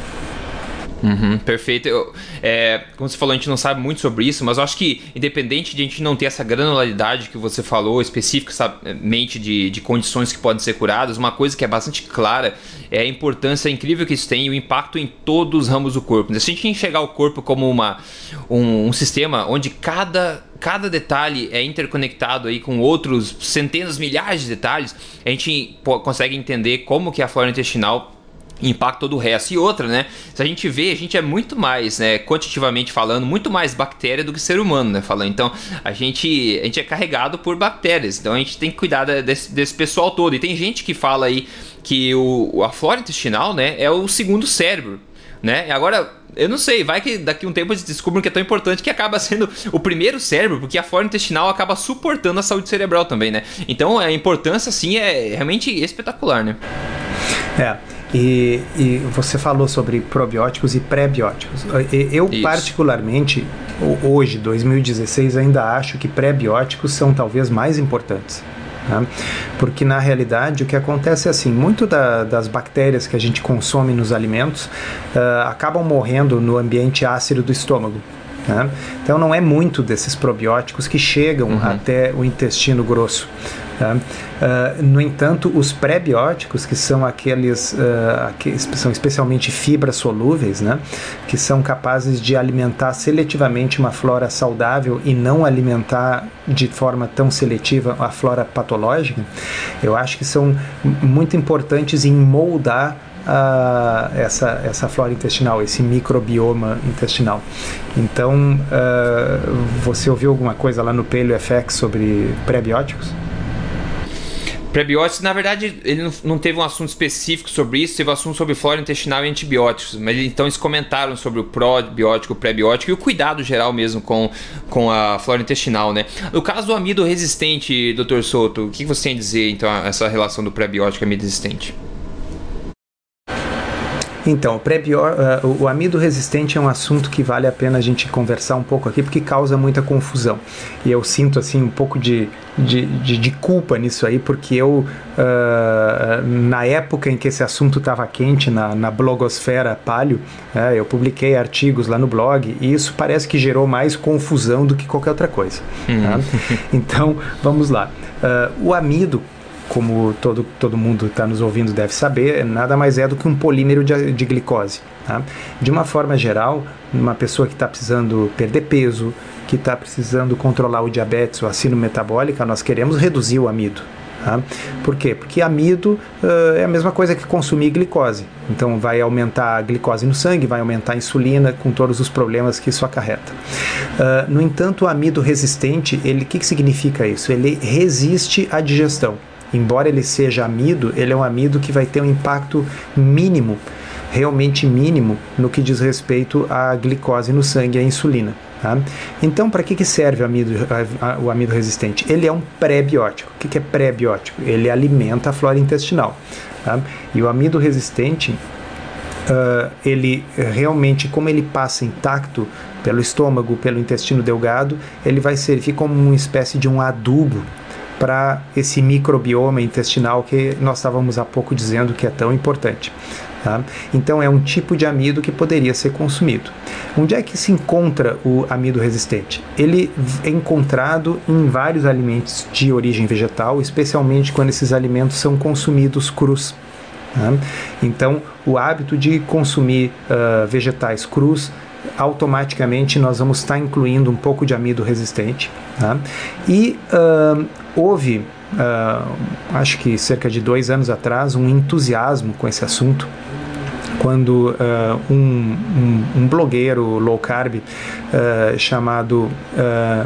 Uhum, perfeito. Eu, é, como você falou, a gente não sabe muito sobre isso, mas eu acho que, independente de a gente não ter essa granularidade que você falou, especificamente de, de condições que podem ser curadas, uma coisa que é bastante clara é a importância incrível que isso tem e o impacto em todos os ramos do corpo. Se a gente enxergar o corpo como uma, um, um sistema onde cada... cada detalhe é interconectado aí com outros centenas, milhares de detalhes, a gente consegue entender como que a flora intestinal impacta todo o resto. E outra, né? Se a gente vê, a gente é muito mais, né, quantitativamente falando, muito mais bactéria do que ser humano, né? Falando. Então, a gente, a gente é carregado por bactérias. Então, a gente tem que cuidar desse, desse pessoal todo. E tem gente que fala aí que o, a flora intestinal, né, é o segundo cérebro, né? Agora, eu não sei, vai que daqui a um tempo eles descobrem que é tão importante que acaba sendo o primeiro cérebro, porque a flora intestinal acaba suportando a saúde cerebral também, né? Então, a importância, sim, é realmente espetacular, né? É. E, e você falou sobre probióticos e pré-bióticos. Eu, Isso. particularmente, hoje, dois mil e dezesseis, ainda acho que pré-bióticos são talvez mais importantes. Né? Porque, na realidade, o que acontece é assim, muito da, das bactérias que a gente consome nos alimentos uh, acabam morrendo no ambiente ácido do estômago. Né? Então, não é muito desses probióticos que chegam uhum. até o intestino grosso. Tá? Uh, no entanto, os pré-bióticos, que são aqueles uh, que são especialmente fibras solúveis, né? Que são capazes de alimentar seletivamente uma flora saudável e não alimentar de forma tão seletiva a flora patológica, eu acho que são muito importantes em moldar uh, essa, essa flora intestinal, esse microbioma intestinal. Então, uh, você ouviu alguma coisa lá no PaleoFX sobre pré-bióticos? Prebióticos, na verdade, ele não, não teve um assunto específico sobre isso, teve um assunto sobre flora intestinal e antibióticos, mas então eles comentaram sobre o probiótico, o pré-biótico e o cuidado geral mesmo com, com a flora intestinal, né? No caso do amido resistente, doutor Souto, o que você tem a dizer, então, essa relação do pré-biótico e amido resistente? Então, o, pré-bió, uh, o amido resistente é um assunto que vale a pena a gente conversar um pouco aqui, porque causa muita confusão. E eu sinto, assim, um pouco de, de, de, de culpa nisso aí, porque eu, uh, na época em que esse assunto estava quente, na, na blogosfera paleo, uh, eu publiquei artigos lá no blog, e isso parece que gerou mais confusão do que qualquer outra coisa. Uhum. Tá? Então, vamos lá. Uh, o amido, como todo, todo mundo está nos ouvindo deve saber, nada mais é do que um polímero de, de glicose. Tá? De uma forma geral, uma pessoa que está precisando perder peso, que está precisando controlar o diabetes ou a síndrome metabólica, nós queremos reduzir o amido. Tá? Por quê? Porque amido uh, é a mesma coisa que consumir glicose. Então vai aumentar a glicose no sangue, vai aumentar a insulina, com todos os problemas que isso acarreta. Uh, no entanto, o amido resistente, ele, o que, que significa isso? Ele resiste à digestão. Embora ele seja amido, ele é um amido que vai ter um impacto mínimo, realmente mínimo, no que diz respeito à glicose no sangue e à insulina. Tá? Então, para que, que serve o amido, a, a, o amido resistente? Ele é um pré-biótico. O que, que é pré-biótico? Ele alimenta a flora intestinal. Tá? E o amido resistente, uh, ele realmente, como ele passa intacto pelo estômago, pelo intestino delgado, ele vai servir como uma espécie de um adubo para esse microbioma intestinal que nós estávamos há pouco dizendo que é tão importante. Tá? Então é um tipo de amido que poderia ser consumido. Onde é que se encontra o amido resistente? Ele é encontrado em vários alimentos de origem vegetal, especialmente quando esses alimentos são consumidos crus. Tá? Então o hábito de consumir uh, vegetais crus, automaticamente nós vamos estar incluindo um pouco de amido resistente. Tá? E uh, houve, uh, acho que cerca de dois anos atrás, um entusiasmo com esse assunto, quando uh, um, um, um blogueiro low carb uh, chamado uh,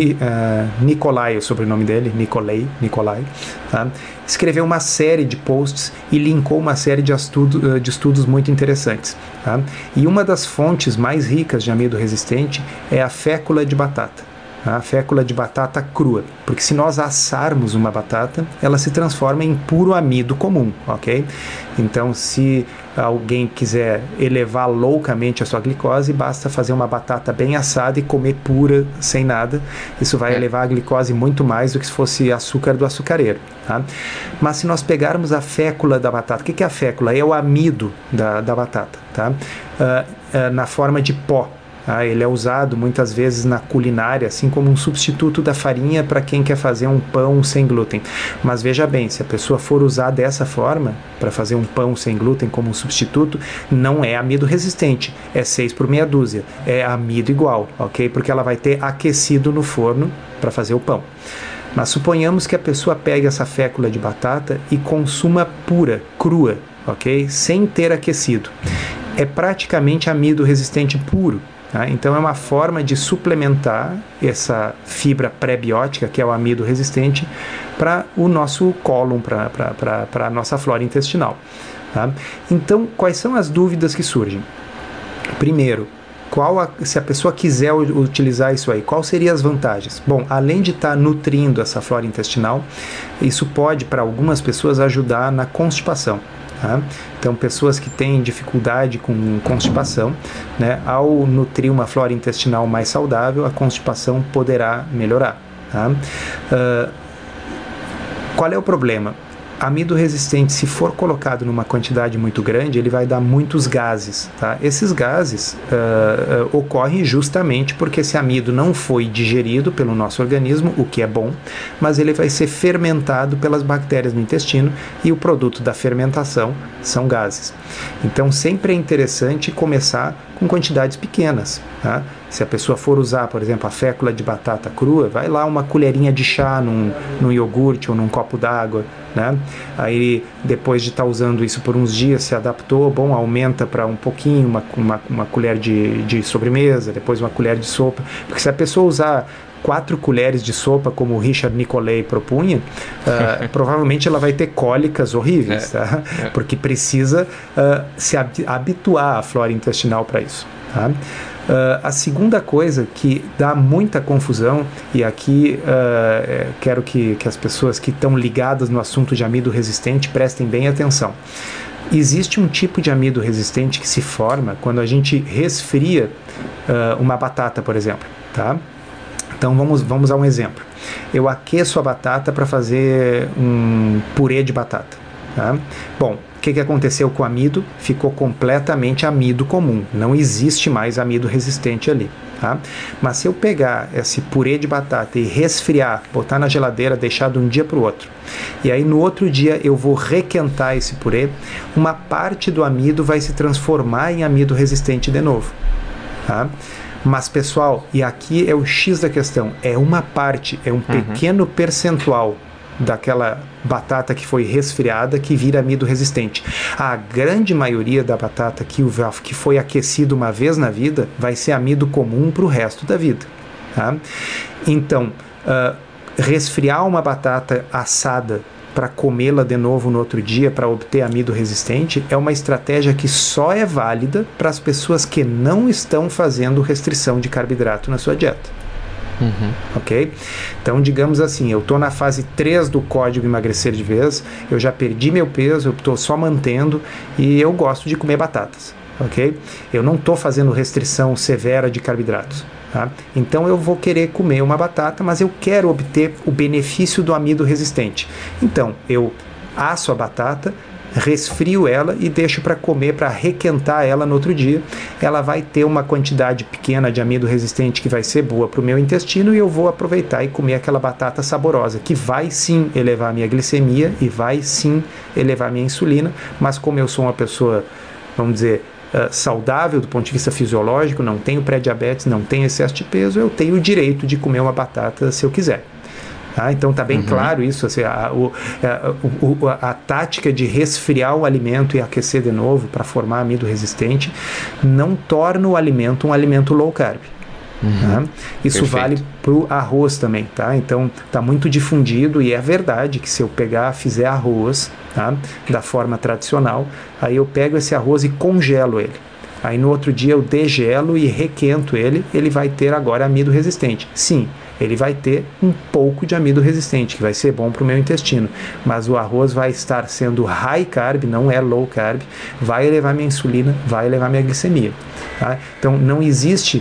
uh, Nikolai, o sobrenome dele, Nikolai, Nikolai tá? Escreveu uma série de posts e linkou uma série de, estudo, de estudos muito interessantes. Tá? E uma das fontes mais ricas de amido resistente é a fécula de batata. A fécula de batata crua, porque se nós assarmos uma batata, ela se transforma em puro amido comum, ok? Então, se alguém quiser elevar loucamente a sua glicose, basta fazer uma batata bem assada e comer pura, sem nada. Isso vai é. elevar a glicose muito mais do que se fosse açúcar do açucareiro, tá? Mas se nós pegarmos a fécula da batata, o que é a fécula? É o amido da, da batata, tá? Uh, uh, na forma de pó. Ah, ele é usado muitas vezes na culinária, assim como um substituto da farinha para quem quer fazer um pão sem glúten. Mas veja bem, se a pessoa for usar dessa forma, para fazer um pão sem glúten como um substituto, não é amido resistente, é seis por meia dúzia, é amido igual, ok? Porque ela vai ter aquecido no forno para fazer o pão. Mas suponhamos que a pessoa pegue essa fécula de batata e consuma pura, crua, ok? Sem ter aquecido. É praticamente amido resistente puro. Tá? Então é uma forma de suplementar essa fibra pré-biótica, que é o amido resistente, para o nosso cólon, para a nossa flora intestinal. Tá? Então, quais são as dúvidas que surgem? Primeiro, qual a, se a pessoa quiser utilizar isso aí, quais seriam as vantagens? Bom, além de estar tá nutrindo essa flora intestinal, isso pode, para algumas pessoas, ajudar na constipação. Tá? Então, pessoas que têm dificuldade com constipação, né, ao nutrir uma flora intestinal mais saudável, a constipação poderá melhorar. Tá? Uh, qual é o problema? Amido resistente, se for colocado numa quantidade muito grande, ele vai dar muitos gases. Tá? Esses gases uh, uh, ocorrem justamente porque esse amido não foi digerido pelo nosso organismo, o que é bom, mas ele vai ser fermentado pelas bactérias no intestino e o produto da fermentação são gases. Então sempre é interessante começar com quantidades pequenas. Tá? Se a pessoa for usar, por exemplo, a fécula de batata crua, vai lá uma colherinha de chá num, num iogurte ou num copo d'água, né? Aí, depois de estar tá usando isso por uns dias, se adaptou, bom, aumenta para um pouquinho, uma, uma, uma colher de, de sobremesa, depois uma colher de sopa. Porque se a pessoa usar quatro colheres de sopa, como o Richard Nicolay propunha, uh, provavelmente ela vai ter cólicas horríveis, é, tá? É. Porque precisa uh, se habituar à flora intestinal para isso, tá? Uh, a segunda coisa que dá muita confusão, e aqui uh, quero que, que as pessoas que estão ligadas no assunto de amido resistente prestem bem atenção. Existe um tipo de amido resistente que se forma quando a gente resfria uh, uma batata, por exemplo, tá? Então vamos, vamos a um exemplo. Eu aqueço a batata para fazer um purê de batata, tá? Bom, o que, que aconteceu com o amido? Ficou completamente amido comum, não existe mais amido resistente ali, tá? Mas se eu pegar esse purê de batata e resfriar, botar na geladeira, deixar de um dia para o outro, e aí no outro dia eu vou requentar esse purê, uma parte do amido vai se transformar em amido resistente de novo, tá? Mas, pessoal, e aqui é o X da questão, é uma parte, é um pequeno uhum. percentual daquela batata que foi resfriada que vira amido resistente. A grande maioria da batata que, que foi aquecida uma vez na vida vai ser amido comum para o resto da vida, tá? Então, uh, resfriar uma batata assada para comê-la de novo no outro dia para obter amido resistente é uma estratégia que só é válida para as pessoas que não estão fazendo restrição de carboidrato na sua dieta. Uhum. Ok? Então, digamos assim, eu estou na fase três do código emagrecer de vez, eu já perdi meu peso, eu estou só mantendo e eu gosto de comer batatas. Ok? Eu não estou fazendo restrição severa de carboidratos. Tá? Então eu vou querer comer uma batata, mas eu quero obter o benefício do amido resistente. Então eu asso a batata, resfrio ela e deixo para comer, para requentar ela no outro dia. Ela vai ter uma quantidade pequena de amido resistente que vai ser boa para o meu intestino e eu vou aproveitar e comer aquela batata saborosa, que vai sim elevar a minha glicemia e vai sim elevar a minha insulina, mas como eu sou uma pessoa, vamos dizer, Uh, saudável do ponto de vista fisiológico, não tenho pré-diabetes, não tenho excesso de peso, eu tenho o direito de comer uma batata se eu quiser. Tá? Então está bem uhum. claro isso, assim, a, o, a, o, a, a tática de resfriar o alimento e aquecer de novo para formar amido resistente não torna o alimento um alimento low carb. Uhum. Tá? Isso Perfeito. Vale para o arroz também, tá? Então está muito difundido e é verdade que se eu pegar, fizer arroz, tá? Da forma tradicional, aí eu pego esse arroz e congelo ele. Aí no outro dia eu degelo e requento ele, ele vai ter agora amido resistente. Sim, ele vai ter um pouco de amido resistente, que vai ser bom para o meu intestino, mas o arroz vai estar sendo high carb, não é low carb, vai elevar minha insulina, vai elevar minha glicemia, tá? Então não existe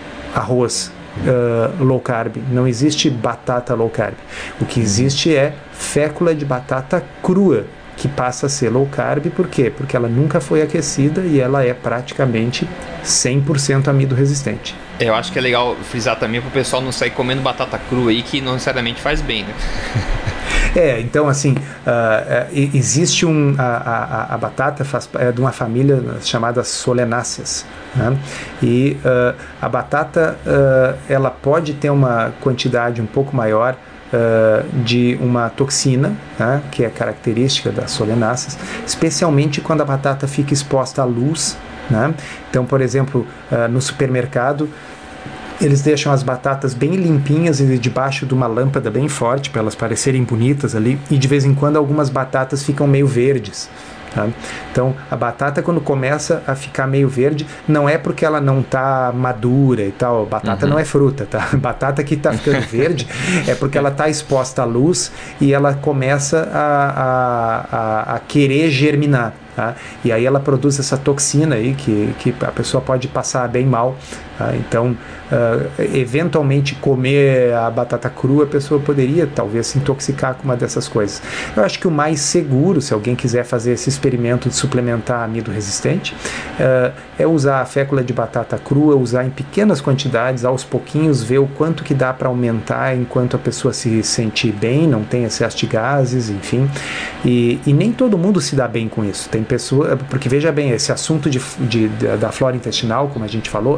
arroz uh, low carb, não existe batata low carb. O que existe é fécula de batata crua, que passa a ser low carb. Por quê? Porque ela nunca foi aquecida e ela é praticamente cem por cento amido resistente. Eu acho que é legal frisar também para o pessoal não sair comendo batata crua aí, que não necessariamente faz bem, né? É, então assim, uh, uh, existe um, a, a, a batata faz, é de uma família chamada solenáceas, né? E uh, a batata uh, ela pode ter uma quantidade um pouco maior uh, de uma toxina, né, que é característica das solenáceas, especialmente quando a batata fica exposta à luz, né? Então, por exemplo, uh, no supermercado eles deixam as batatas bem limpinhas e debaixo de uma lâmpada bem forte para elas parecerem bonitas ali, e de vez em quando algumas batatas ficam meio verdes, tá? Então a batata, quando começa a ficar meio verde, não é porque ela não está madura e tal, batata uhum. não é fruta, tá? Batata que está ficando verde é porque ela está exposta à luz e ela começa a, a, a, a querer germinar. Tá? E aí ela produz essa toxina aí que, que a pessoa pode passar bem mal, tá? Então uh, eventualmente comer a batata crua, a pessoa poderia talvez se intoxicar com uma dessas coisas. Eu acho que o mais seguro, se alguém quiser fazer esse experimento de suplementar amido resistente, uh, é usar a fécula de batata crua, usar em pequenas quantidades, aos pouquinhos, ver o quanto que dá para aumentar enquanto a pessoa se sentir bem, não tem excesso de gases, enfim, e, e nem todo mundo se dá bem com isso. Tem pessoa, porque veja bem, esse assunto de, de, da flora intestinal, como a gente falou, é completamente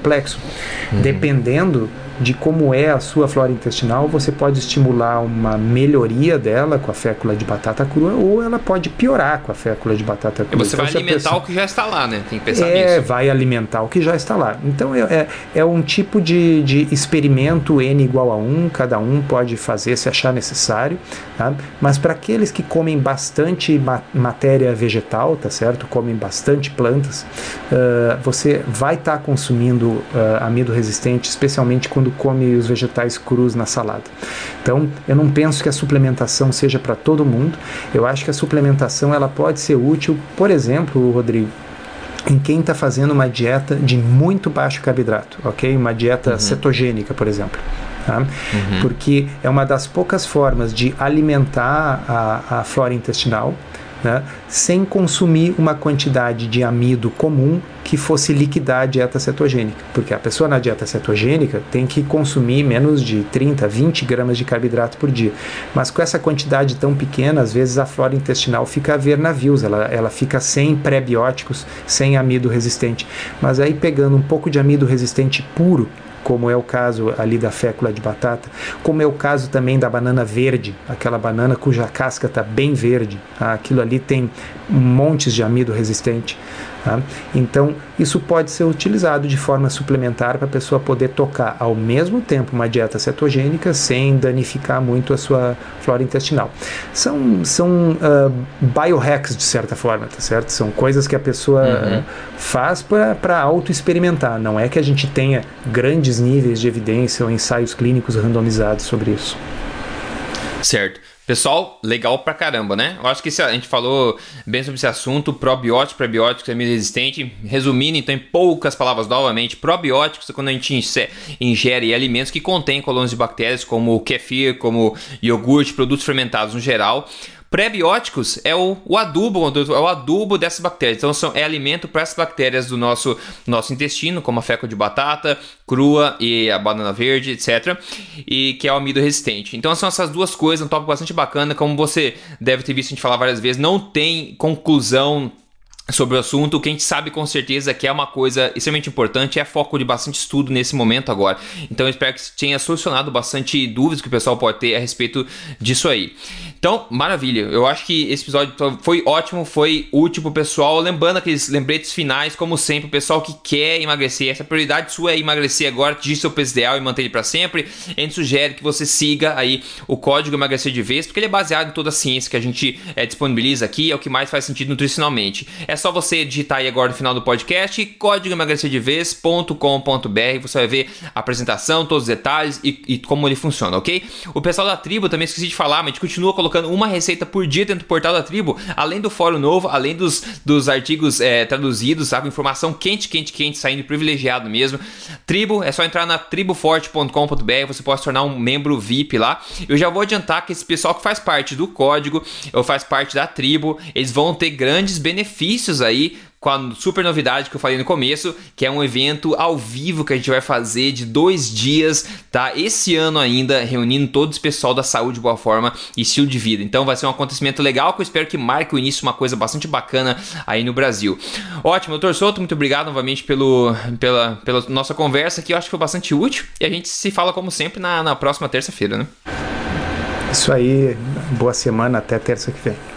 complexo. Uhum. Dependendo de como é a sua flora intestinal, você pode estimular uma melhoria dela com a fécula de batata crua, ou ela pode piorar com a fécula de batata crua. E você então, vai alimentar pessoa... o que já está lá, né? Tem que pensar é, nisso. É, vai alimentar o que já está lá. Então é, é, é um tipo de, de experimento N igual a um, cada um pode fazer se achar necessário, tá? Mas para aqueles que comem bastante ma- matéria vegetal, tá certo? Comem bastante plantas, uh, você vai estar tá consumindo uh, amido resistente, especialmente quando come os vegetais crus na salada. Então, eu não penso que a suplementação seja para todo mundo. Eu acho que a suplementação ela pode ser útil, por exemplo, Rodrigo, em quem está fazendo uma dieta de muito baixo carboidrato, ok? Uma dieta uhum. cetogênica, por exemplo. Tá? Uhum. Porque é uma das poucas formas de alimentar a, a flora intestinal, né, sem consumir uma quantidade de amido comum que fosse liquidar a dieta cetogênica, porque a pessoa na dieta cetogênica tem que consumir menos de trinta, vinte gramas de carboidrato por dia, mas com essa quantidade tão pequena, às vezes a flora intestinal fica a ver navios, ela, ela fica sem pré-bióticos, sem amido resistente, mas aí pegando um pouco de amido resistente puro, como é o caso ali da fécula de batata, como é o caso também da banana verde, aquela banana cuja casca está bem verde, tá? Aquilo ali tem montes de amido resistente. Tá? Então, isso pode ser utilizado de forma suplementar para a pessoa poder tocar ao mesmo tempo uma dieta cetogênica sem danificar muito a sua flora intestinal. São, são uh, biohacks, de certa forma, tá certo? São coisas que a pessoa uhum. uh, faz para auto-experimentar. Não é que a gente tenha grandes níveis de evidência ou ensaios clínicos randomizados sobre isso. Certo. Pessoal, legal pra caramba, né? Eu acho que esse, a gente falou bem sobre esse assunto, probióticos, prebióticos, amido resistente. Resumindo, então, em poucas palavras, novamente, probióticos é quando a gente ingere alimentos que contêm colônias de bactérias, como o kefir, como iogurte, produtos fermentados no geral. Prebióticos é o, o adubo, é o adubo dessas bactérias. Então são, é alimento para essas bactérias do nosso, nosso intestino, como a fécula de batata crua e a banana verde, etcétera. E que é o amido resistente. Então são essas duas coisas, um tópico bastante bacana. Como você deve ter visto a gente falar várias vezes, não tem conclusão sobre o assunto. O que a gente sabe com certeza que é uma coisa extremamente importante, é foco de bastante estudo nesse momento agora. Então eu espero que tenha solucionado bastante dúvidas que o pessoal pode ter a respeito disso aí. Então, maravilha. Eu acho que esse episódio foi ótimo, foi útil pro pessoal. Lembrando aqueles lembretes finais, como sempre, o pessoal que quer emagrecer, essa prioridade sua é emagrecer agora, atingir seu peso ideal e manter ele para sempre. A gente sugere que você siga aí o código emagrecer de vez, porque ele é baseado em toda a ciência que a gente é, disponibiliza aqui, é o que mais faz sentido nutricionalmente. É só você digitar aí agora no final do podcast código emagrecer de vez ponto com ponto b r, você vai ver a apresentação, todos os detalhes e, e como ele funciona, ok? O pessoal da tribo, também esqueci de falar, mas a gente continua colocando uma receita por dia dentro do portal da tribo, além do fórum novo, além dos, dos artigos é, traduzidos, sabe? Informação quente, quente, quente, saindo privilegiado mesmo. Tribo, é só entrar na tribo forte ponto com ponto b r, você pode se tornar um membro V I P lá. Eu já vou adiantar que esse pessoal que faz parte do código, ou faz parte da tribo, eles vão ter grandes benefícios aí, com a super novidade que eu falei no começo, que é um evento ao vivo que a gente vai fazer de dois dias, tá? Esse ano ainda, reunindo todo esse pessoal da saúde, boa forma e estilo de vida. Então vai ser um acontecimento legal que eu espero que marque o início de uma coisa bastante bacana aí no Brasil. Ótimo, doutor Souto, muito obrigado novamente pelo, pela, pela nossa conversa, que eu acho que foi bastante útil. E a gente se fala, como sempre, na, na próxima terça-feira, né? Isso aí, boa semana, até terça que vem.